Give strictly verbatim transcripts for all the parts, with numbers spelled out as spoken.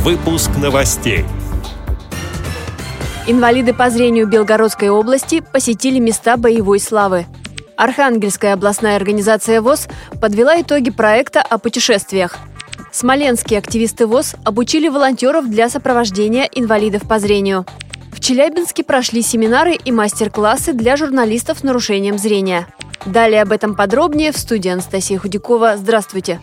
Выпуск новостей. Инвалиды по зрению Белгородской области посетили места боевой славы. Архангельская областная организация ВОС подвела итоги проекта о путешествиях. Смоленские активисты ВОС обучили волонтеров для сопровождения инвалидов по зрению. В Челябинске прошли семинары и мастер-классы для журналистов с нарушением зрения. Далее об этом подробнее в студии Анастасия Худякова. Здравствуйте!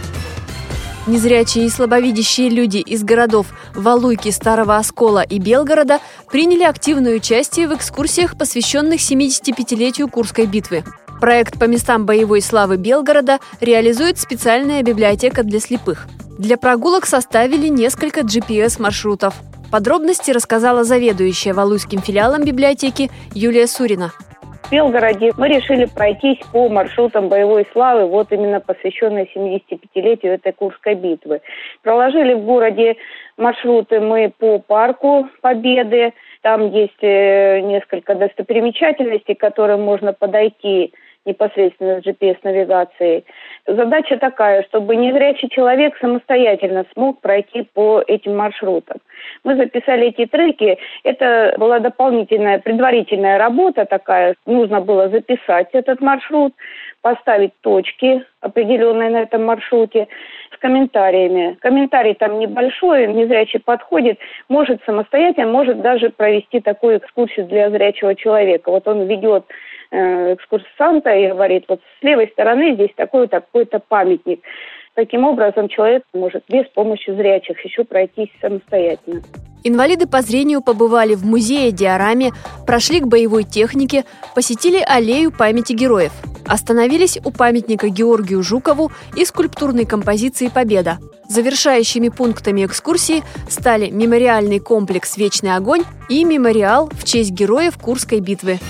Незрячие и слабовидящие люди из городов Валуйки, Старого Оскола и Белгорода приняли активное участие в экскурсиях, посвященных семидесятипятилетию Курской битвы. Проект по местам боевой славы Белгорода реализует специальная библиотека для слепых. Для прогулок составили несколько джи пи эс-маршрутов. Подробности рассказала заведующая Валуйским филиалом библиотеки Юлия Сурина. В Белгороде мы решили пройтись по маршрутам боевой славы, вот именно посвященной семидесятипятилетию этой Курской битвы. Проложили в городе маршруты мы по парку Победы. Там есть несколько достопримечательностей, к которым можно подойти непосредственно с джи пи эс-навигацией. Задача такая, чтобы незрячий человек самостоятельно смог пройти по этим маршрутам. Мы записали эти треки. Это была дополнительная, предварительная работа такая. Нужно было записать этот маршрут, поставить точки определенные на этом маршруте с комментариями. Комментарий там небольшой, незрячий подходит, может самостоятельно, может даже провести такую экскурсию для зрячего человека. Вот он ведет э, экскурсанта и говорит, вот с левой стороны здесь такой-то, такой-то памятник. Таким образом, человек может без помощи зрячих еще пройтись самостоятельно. Инвалиды по зрению побывали в музее-диораме, прошли к боевой технике, посетили аллею памяти героев. Остановились у памятника Георгию Жукову и скульптурной композиции «Победа». Завершающими пунктами экскурсии стали мемориальный комплекс «Вечный огонь» и мемориал в честь героев Курской битвы.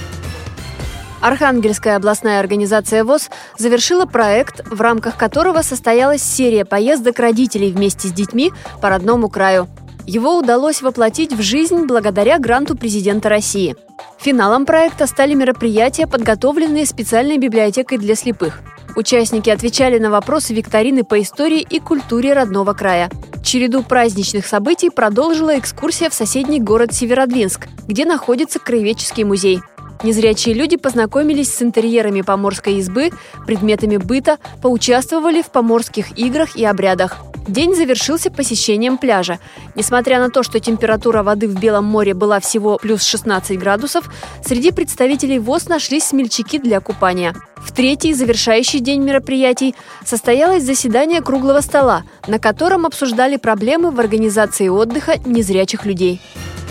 Архангельская областная организация ВОС завершила проект, в рамках которого состоялась серия поездок родителей вместе с детьми по родному краю. Его удалось воплотить в жизнь благодаря гранту президента России. Финалом проекта стали мероприятия, подготовленные специальной библиотекой для слепых. Участники отвечали на вопросы викторины по истории и культуре родного края. Череду праздничных событий продолжила экскурсия в соседний город Северодвинск, где находится краеведческий музей. Незрячие люди познакомились с интерьерами поморской избы, предметами быта, поучаствовали в поморских играх и обрядах. День завершился посещением пляжа. Несмотря на то, что температура воды в Белом море была всего плюс шестнадцать градусов, среди представителей ВОС нашлись смельчаки для купания. В третий, завершающий день мероприятий, состоялось заседание круглого стола, на котором обсуждали проблемы в организации отдыха незрячих людей.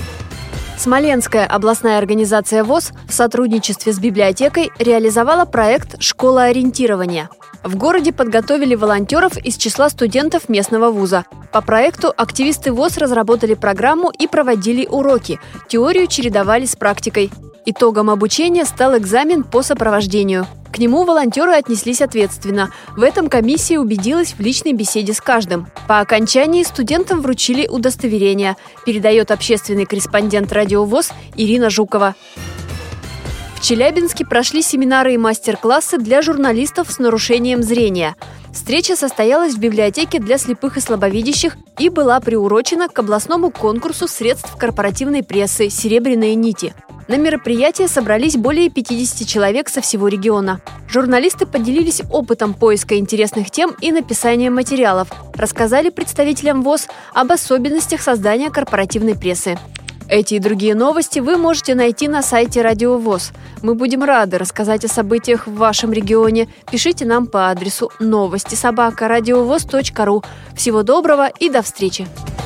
Смоленская областная организация ВОС в сотрудничестве с библиотекой реализовала проект «Школа ориентирования». В городе подготовили волонтеров из числа студентов местного вуза. По проекту активисты ВОС разработали программу и проводили уроки, теорию чередовали с практикой. Итогом обучения стал экзамен по сопровождению. К нему волонтеры отнеслись ответственно. В этом комиссия убедилась в личной беседе с каждым. По окончании студентам вручили удостоверения, передает общественный корреспондент радио ВОС Ирина Жукова. В Челябинске прошли семинары и мастер-классы для журналистов с нарушением зрения. Встреча состоялась в библиотеке для слепых и слабовидящих и была приурочена к областному конкурсу средств корпоративной прессы «Серебряные нити». На мероприятие собрались более пятидесяти человек со всего региона. Журналисты поделились опытом поиска интересных тем и написания материалов, рассказали представителям ВОС об особенностях создания корпоративной прессы. Эти и другие новости вы можете найти на сайте Радио ВОС. Мы будем рады рассказать о событиях в вашем регионе. Пишите нам по адресу новости собака радиовос точка ру. Всего доброго и до встречи!